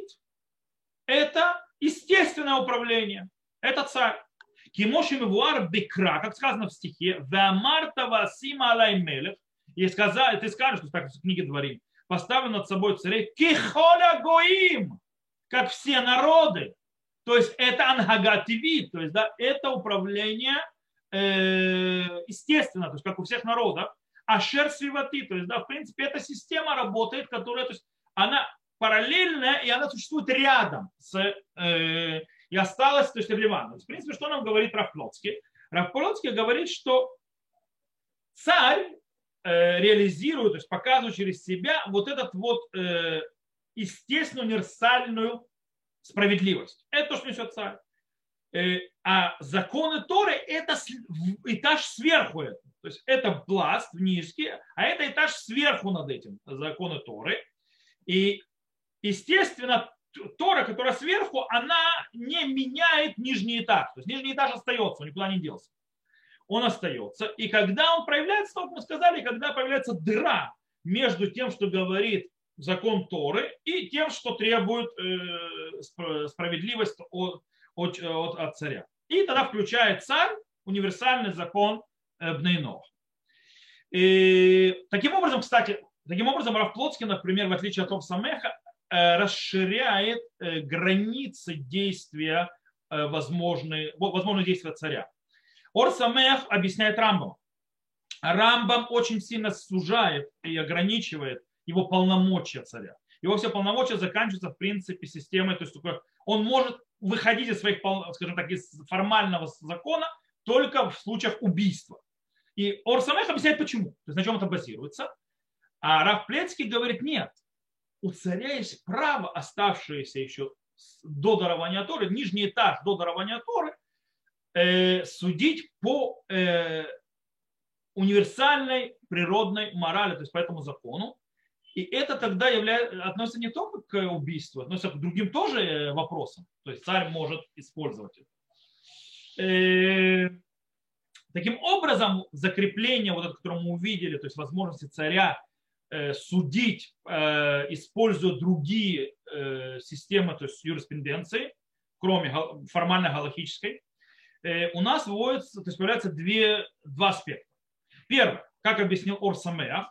это естественное управление, это царь. Кимоши мивуар бекра, как сказано в стихе, веамарта васима алай мелех, и сказал, ты скажешь, что так в книге Дворим, поставлен над собой царей, кихоля гоим, как все народы. То есть это ангагативит, то есть да, это управление э, естественно, то есть как у всех народов. А шерсвивати, то есть да, в принципе эта система работает, которая, то есть она параллельная и она существует рядом с, э, и осталась, то есть релевантной. В принципе, что нам говорит Рав Плотский? Рав Плотский говорит, что царь э, реализирует, то есть показывает через себя вот этот вот э, естественную универсальную справедливость. Это то, что несет царь. А законы Торы – это этаж сверху. Это. То есть это пласт низкий, а это этаж сверху над этим, законы Торы. И, естественно, Тора, которая сверху, она не меняет нижний этаж. То есть нижний этаж остается, он никуда не делся. Он остается. И когда он проявляется, как мы сказали, когда появляется дыра между тем, что говорит закон Торы, и тем, что требует э, справедливость от, от, от, от царя. И тогда включает царь универсальный закон э, бней Ноах. И таким образом, кстати, таким образом Рав Плотский, например, в отличие от Рав Самеха, э, расширяет э, границы действия э, возможные, возможные действия царя. Ор Самех объясняет Рамбам. Рамбам очень сильно сужает и ограничивает его полномочия царя. Его все полномочия заканчиваются, в принципе, системой. То есть он может выходить из своих, скажем так, из формального закона только в случаях убийства. И Ор Самех объясняет, почему. То есть на чем это базируется. А Рав Плотский говорит, нет. У царя есть право, оставшееся еще до дарования Торы, нижний этаж до дарования Торы, э, судить по э, универсальной природной морали, то есть по этому закону. И это тогда является, относится не только к убийству, относится к другим тоже вопросам. То есть царь может использовать это. Таким образом, закрепление, вот это, которое мы увидели, то есть возможности царя судить, используя другие системы, то есть юриспруденции, кроме формальной галахической, у нас вводится, то есть появляются две, два аспекта. Первый, как объяснил Ор Самеах,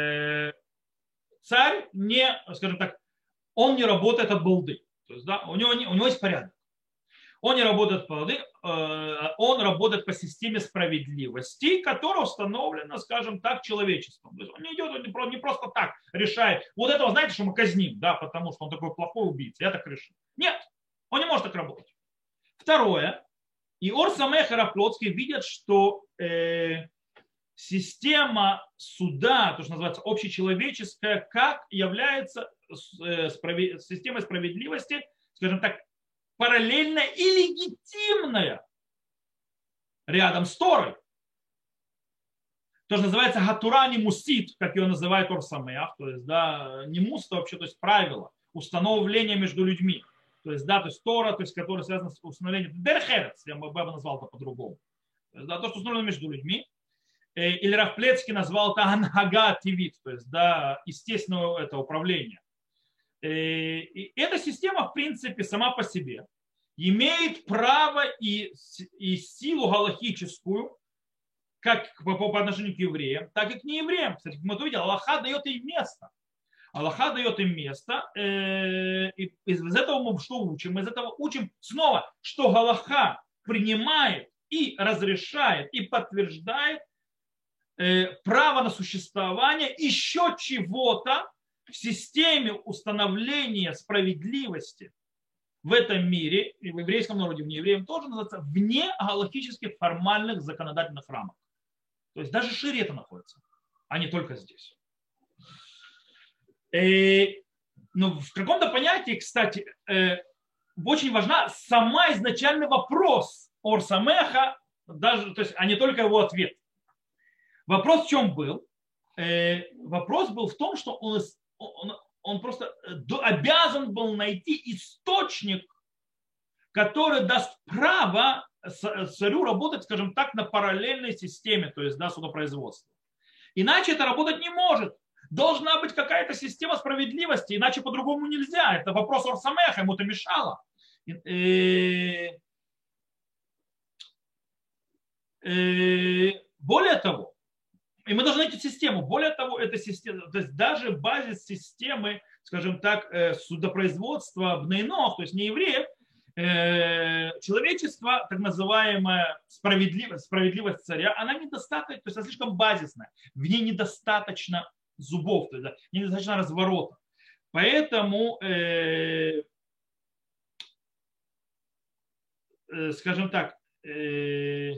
царь не, скажем так, он не работает от балды. То есть, да, у, него не, у него есть порядок. Он не работает от балды, э, он работает по системе справедливости, которая установлена, скажем так, человечеством. То есть он не идет, он не, не просто так решает. Вот этого, знаете, что мы казним, да, потому что он такой плохой убийца. Я так решил. Нет, он не может так работать. Второе. И Ор Самех и Рав Плотский видят, что э, система суда, то, что называется общечеловеческая, как является системой справедливости, скажем так, параллельная и легитимная рядом с Торой. То, что называется гатура не мусит, как ее называют Орсамеах, то есть, да, не мус, это вообще, то есть правило, установление между людьми. То есть, да, то есть Тора, то есть, которая связана с установлением дерхерец, я бы назвал это по-другому. То есть, да, то, что установлено между людьми. Или Рав Плецкий назвал это анхага тивит, то есть, да, естественное это управление. И эта система, в принципе, сама по себе имеет право и, и силу галахическую, как по, по отношению к евреям, так и к неевреям. Кстати, мы это видели, Аллаха дает им место. Аллаха дает им место. Э, и из этого мы что учим? Из этого учим снова, что Аллаха принимает и разрешает, и подтверждает э, право на существование еще чего-то в системе установления справедливости в этом мире, и в еврейском народе, в неевреям тоже называется, вне галахических формальных законодательных рамок. То есть даже шире это находится, а не только здесь. И, ну, в каком-то понятии, кстати, э, очень важна сама изначальный вопрос Орсамеха, даже, то есть, а не только его ответ. Вопрос в чем был? Э, вопрос был в том, что он, он, он просто обязан был найти источник, который даст право царю работать, скажем так, на параллельной системе, то есть, да, судопроизводства. Иначе это работать не может. Должна быть какая-то система справедливости, иначе по-другому нельзя. Это вопрос Орсамеха, ему это мешало. И, и, более того, и мы должны найти систему. Более того, эта система, то есть даже базис системы, скажем так, судопроизводства бнейнов, то есть не евреев, человечество, так называемая справедливость, справедливость царя, она недостаточна, то есть она слишком базисная. В ней недостаточно зубов, то есть недостаточно разворота. Поэтому, э, э, скажем так, э,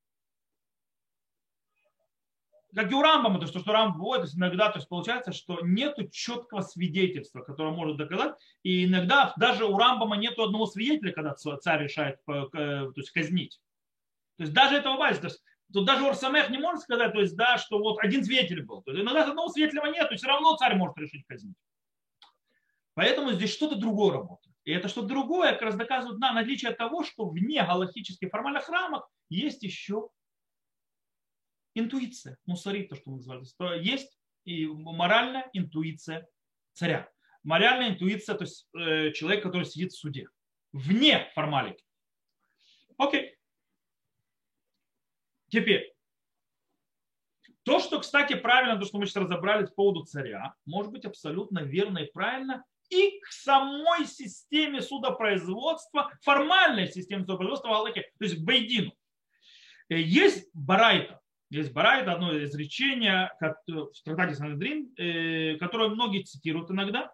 как и у Рамбама, то, что, что Рамбам вводит, то есть иногда то есть получается, что нет четкого свидетельства, которое может доказать, и иногда даже у Рамбама нет одного свидетеля, когда царь решает то есть, казнить. То есть даже этого базиса. То есть, тут даже Орсамех не может сказать, то есть, да, что вот один свидетель был. То есть, иногда одного свидетеля нет, то есть все равно царь может решить казнить. Поэтому здесь что-то другое работает. И это что-то другое как раз доказывает нам отличие от того, что вне галахических формальных рамок есть еще интуиция, мусари, то, что мы называли. То есть и моральная интуиция царя. Моральная интуиция, то есть э, человек, который сидит в суде. Вне формалики. Окей. Теперь. То, что, кстати, правильно, то, что мы сейчас разобрались по поводу царя, может быть абсолютно верно и правильно и к самой системе судопроизводства, формальной системе судопроизводства в Аллахе, то есть к Бейдину. Есть барайта. Есть барайта, одно изречение в трактате Санедрин, которое многие цитируют иногда,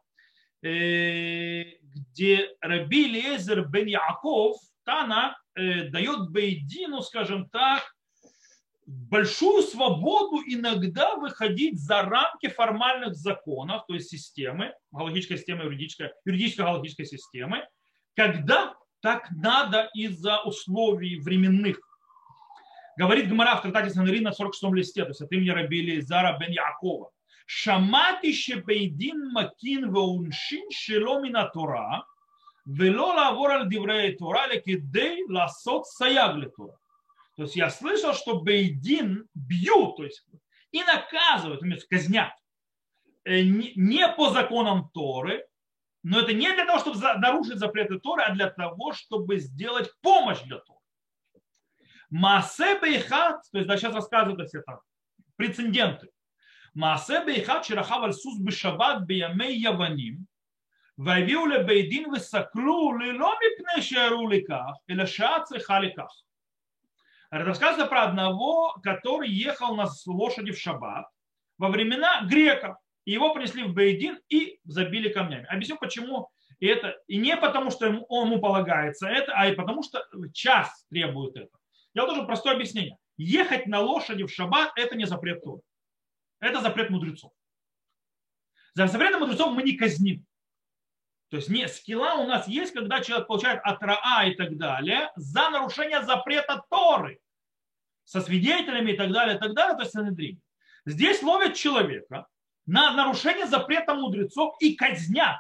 где Раби Элиэзер бен Яаков Тана дает Бейдину, скажем так, большую свободу иногда выходить за рамки формальных законов, то есть системы, галактической системы, юридической, юридической галактической системы, когда так надо из-за условий временных. Говорит Гемара в трактате Санедрин на сорок шестом листе, то есть от имени Раби Элиэзера бен Яакова. Шамати шебейдин макин веуншин шело мина Тора, вело лавор аль диврей Тора лекидей ласот саяг ле Тора. То есть я слышал, что бейдин бьют, то есть и наказывают, то есть казнят не по законам Торы, но это не для того, чтобы нарушить запреты Торы, а для того, чтобы сделать помощь для Торы. Маасе бейхат, то есть да, сейчас рассказывают, то есть это прецеденты. Маасе бейхат ширахав аль суз бешабат биямей яваним, вавиу ле бейдин висаклу лило мипне шеру ликах, или шаат цриха ликах. Рассказывается про одного, который ехал на лошади в шаббат во времена греков. И его принесли в Бейдин и забили камнями. Объясню, почему это. И не потому, что ему, ему полагается это, а и потому, что час требует это. Я должен простое объяснение. ехать на лошади в шаббат – это не запрет Торы. Это запрет мудрецов. За запретом мудрецов мы не казним. То есть не, скилла у нас есть, когда человек получает атраа и так далее за нарушение запрета Торы со свидетелями и так далее, и так далее, то есть Санедрин. Здесь ловят человека на нарушение запрета мудрецов и казнят.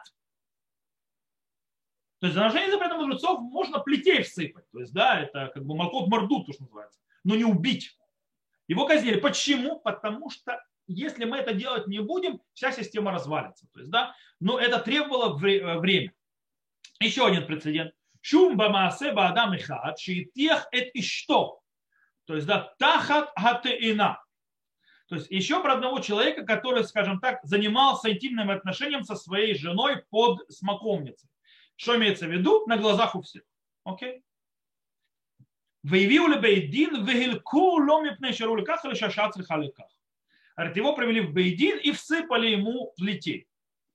То есть за нарушение запрета мудрецов можно плетей всыпать. То есть, да, это как бы молоток морду, то, что называется. Но не убить. Его казнили. Почему? Потому что если мы это делать не будем, вся система развалится. То есть, да, но это требовало время. Еще один прецедент. Шум бамаасе баадам ихад, шиитех эт ишто. То есть, да, тахат хатеина. То есть, еще про одного человека, который, скажем так, занимался интимным отношением со своей женой под смоковницей. Что имеется в виду? На глазах у всех. Окей? Выявил бейдин, вегильку ломи пнейшеру леках или шашат леках. Говорит, его привели в бейдин и всыпали ему плетей.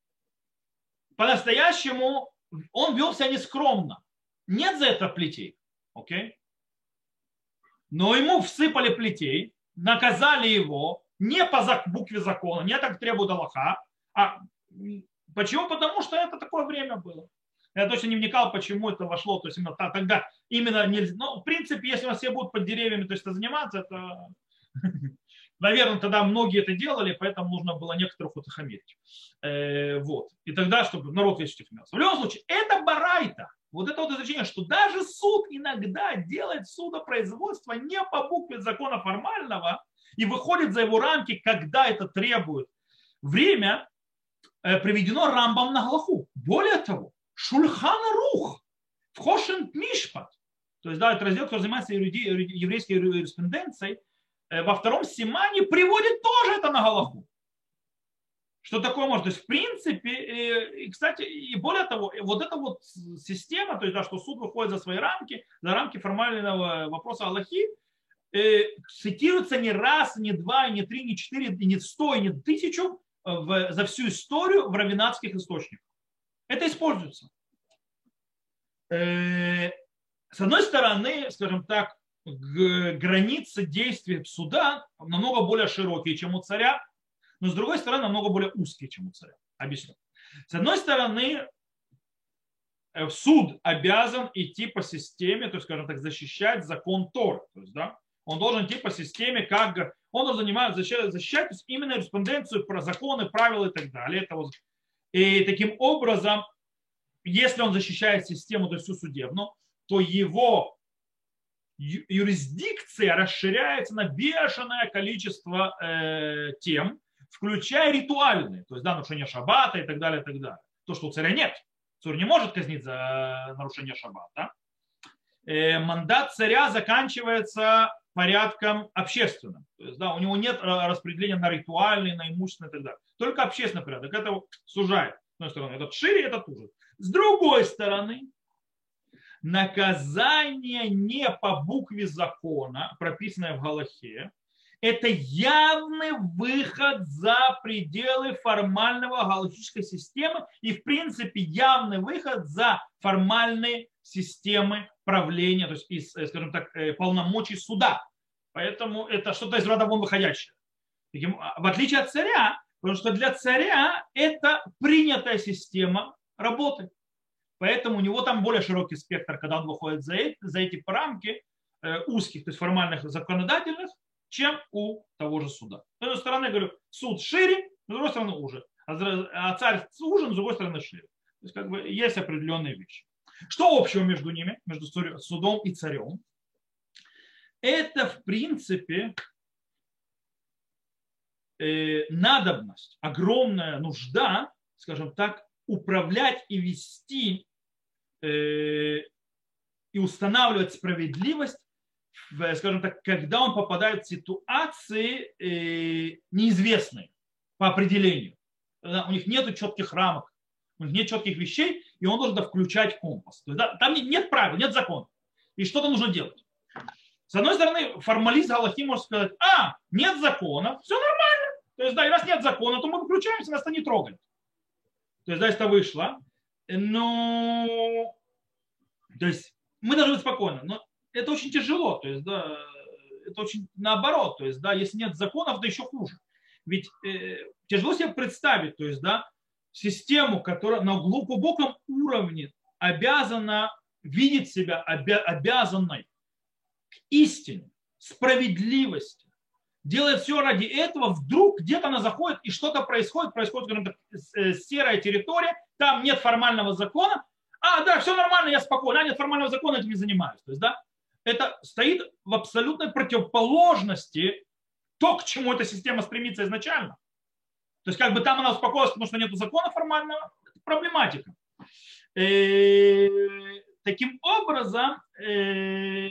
По-настоящему он вел себя нескромно. Нет за это плетей. Окей? Но ему всыпали плетей, наказали его не по букве закона, не так требует Аллаха. А почему? Потому что это такое время было. Я точно не вникал, почему это вошло. То есть именно тогда именно нельзя. Но в принципе, если у нас все будут под деревьями, то есть заниматься, это, наверное, тогда многие это делали, поэтому нужно было некоторых утихомирить. Э, вот. И тогда, чтобы народ весь утихомирился. В любом случае, это барайта. Вот это вот изречение, что даже суд иногда делает судопроизводство не по букве закона формального и выходит за его рамки, когда это требует время, э, приведено Рамбам на Галаху. Более того, Шульхан Арух в Хошен Мишпат, то есть да, это раздел, который занимается еврейской юриспруденцией, во втором Симане приводит тоже это на Галаху. Что такое может? То есть в принципе, и, кстати, и более того, вот эта вот система, то есть да, что суд выходит за свои рамки, за рамки формального вопроса Аллахи, цитируется не раз, не два, не три, не четыре, не сто, не тысячу в, за всю историю в раввинатских источниках. Это используется. С одной стороны, скажем так, границы действий суда намного более широкие, чем у царя, но с другой стороны, намного более узкие, чем у царя. Объясню. С одной стороны, суд обязан идти по системе, то есть, скажем так, защищать закон Торы. То есть, да, он должен идти по системе, как он должен заниматься, защищать, защищать именно юриспруденцию про законы, правила и так далее. Это вот. И таким образом, если он защищает систему, то есть всю судебную, то его юрисдикция расширяется на бешеное количество э, тем, включая ритуальные, то есть да, нарушение шаббата и так далее, и так далее. То, что у царя нет. Царь не может казнить за нарушение шаббата. Э, мандат царя заканчивается порядком общественным. То есть, да, у него нет распределения на ритуальные, на имущественные и так далее. Только общественный порядок. Это сужает. С одной стороны, этот шире, этот уже. С другой стороны, наказание не по букве закона, прописанное в Галахе, это явный выход за пределы формального галахической системы и, в принципе, явный выход за формальные системы правления, то есть, из, скажем так, полномочий суда. Поэтому это что-то из рода вон выходящее. В отличие от царя, потому что для царя это принятая система работы. Поэтому у него там более широкий спектр, когда он выходит за эти, за эти рамки э, узких, то есть формальных законодательных, чем у того же суда. С одной стороны, я говорю, суд шире, с другой стороны уже. А царь уже, с другой стороны шире. То есть как бы есть определенные вещи. Что общего между ними, между судом и царем? Это, в принципе, э, надобность, огромная нужда, скажем так, управлять и вести э, и устанавливать справедливость, в, скажем так, когда он попадает в ситуации э, неизвестные по определению. У них нет четких рамок, у них нет четких вещей, и он должен включать компас. То есть, да, там нет правил, нет закона. И что-то нужно делать. С одной стороны, формалист Галахи может сказать, а, нет закона, все нормально. То есть, да, и раз нет закона, то мы выключаемся, нас это не трогает. То есть, да, если это вышло, но, то есть, мы должны быть спокойны, но это очень тяжело, то есть, да, это очень наоборот. То есть, да, если нет законов, то еще хуже. Ведь э, тяжело себе представить, то есть, да, систему, которая на глубоком уровне обязана видеть себя обя- обязанной к истине, справедливости, делает все ради этого, вдруг где-то она заходит и что-то происходит, происходит, скажем так, серая территория, там нет формального закона, а, да, все нормально, я спокойно, а нет формального закона, этим не занимаюсь. То есть, да, это стоит в абсолютной противоположности то, к чему эта система стремится изначально. То есть, как бы там она успокоилась, потому что нет закона формального, это проблематика. И, таким образом, э,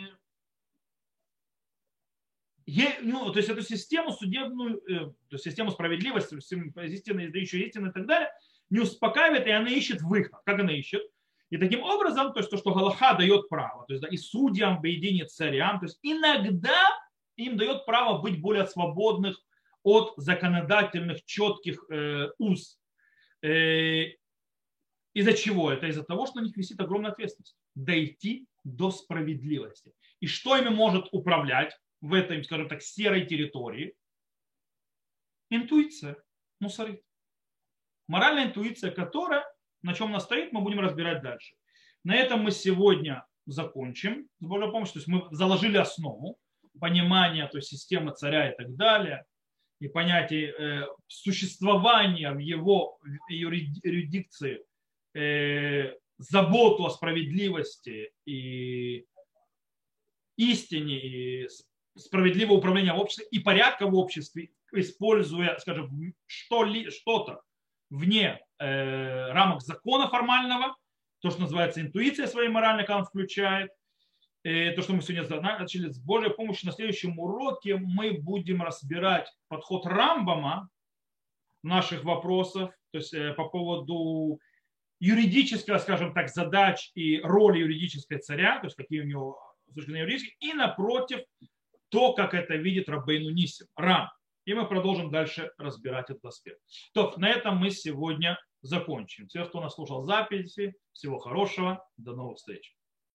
ну, то есть эту систему судебную, э, то есть систему справедливости, истины, издающую истину и так далее, не успокаивает, и она ищет выход. Как она ищет? И таким образом, то есть то, что Галаха дает право, то есть да, и судьям, и царям, то есть иногда им дает право быть более свободных от законодательных четких э, уз. Э, из-за чего? Это из-за того, что на них висит огромная ответственность. Дойти до справедливости. И что ими может управлять в этой, скажем так, серой территории? Интуиция, мусорит. Моральная интуиция, которая, на чем она стоит, мы будем разбирать дальше. На этом мы сегодня закончим с Божьей помощью. То есть мы заложили основу понимания, то есть системы царя и так далее, и понятие э, существования в его юрисдикции, э, заботу о справедливости и истине, и справедливого управления в обществе и порядка в обществе, используя, скажем, что-то вне э, рамок закона формального, то, что называется интуиция своей моральной, когда он включает. И то, что мы сегодня начали с Божьей помощью, на следующем уроке мы будем разбирать подход Рамбама наших вопросов, то есть э, по поводу юридического, скажем так, задач и роли юридической царя, то есть какие у него с точки зрения юридических, и напротив то, как это видит Рабейну Нисим, Рам. И мы продолжим дальше разбирать этот аспект. То, на этом мы сегодня закончим. Те, кто нас слушал записи, всего хорошего, до новых встреч.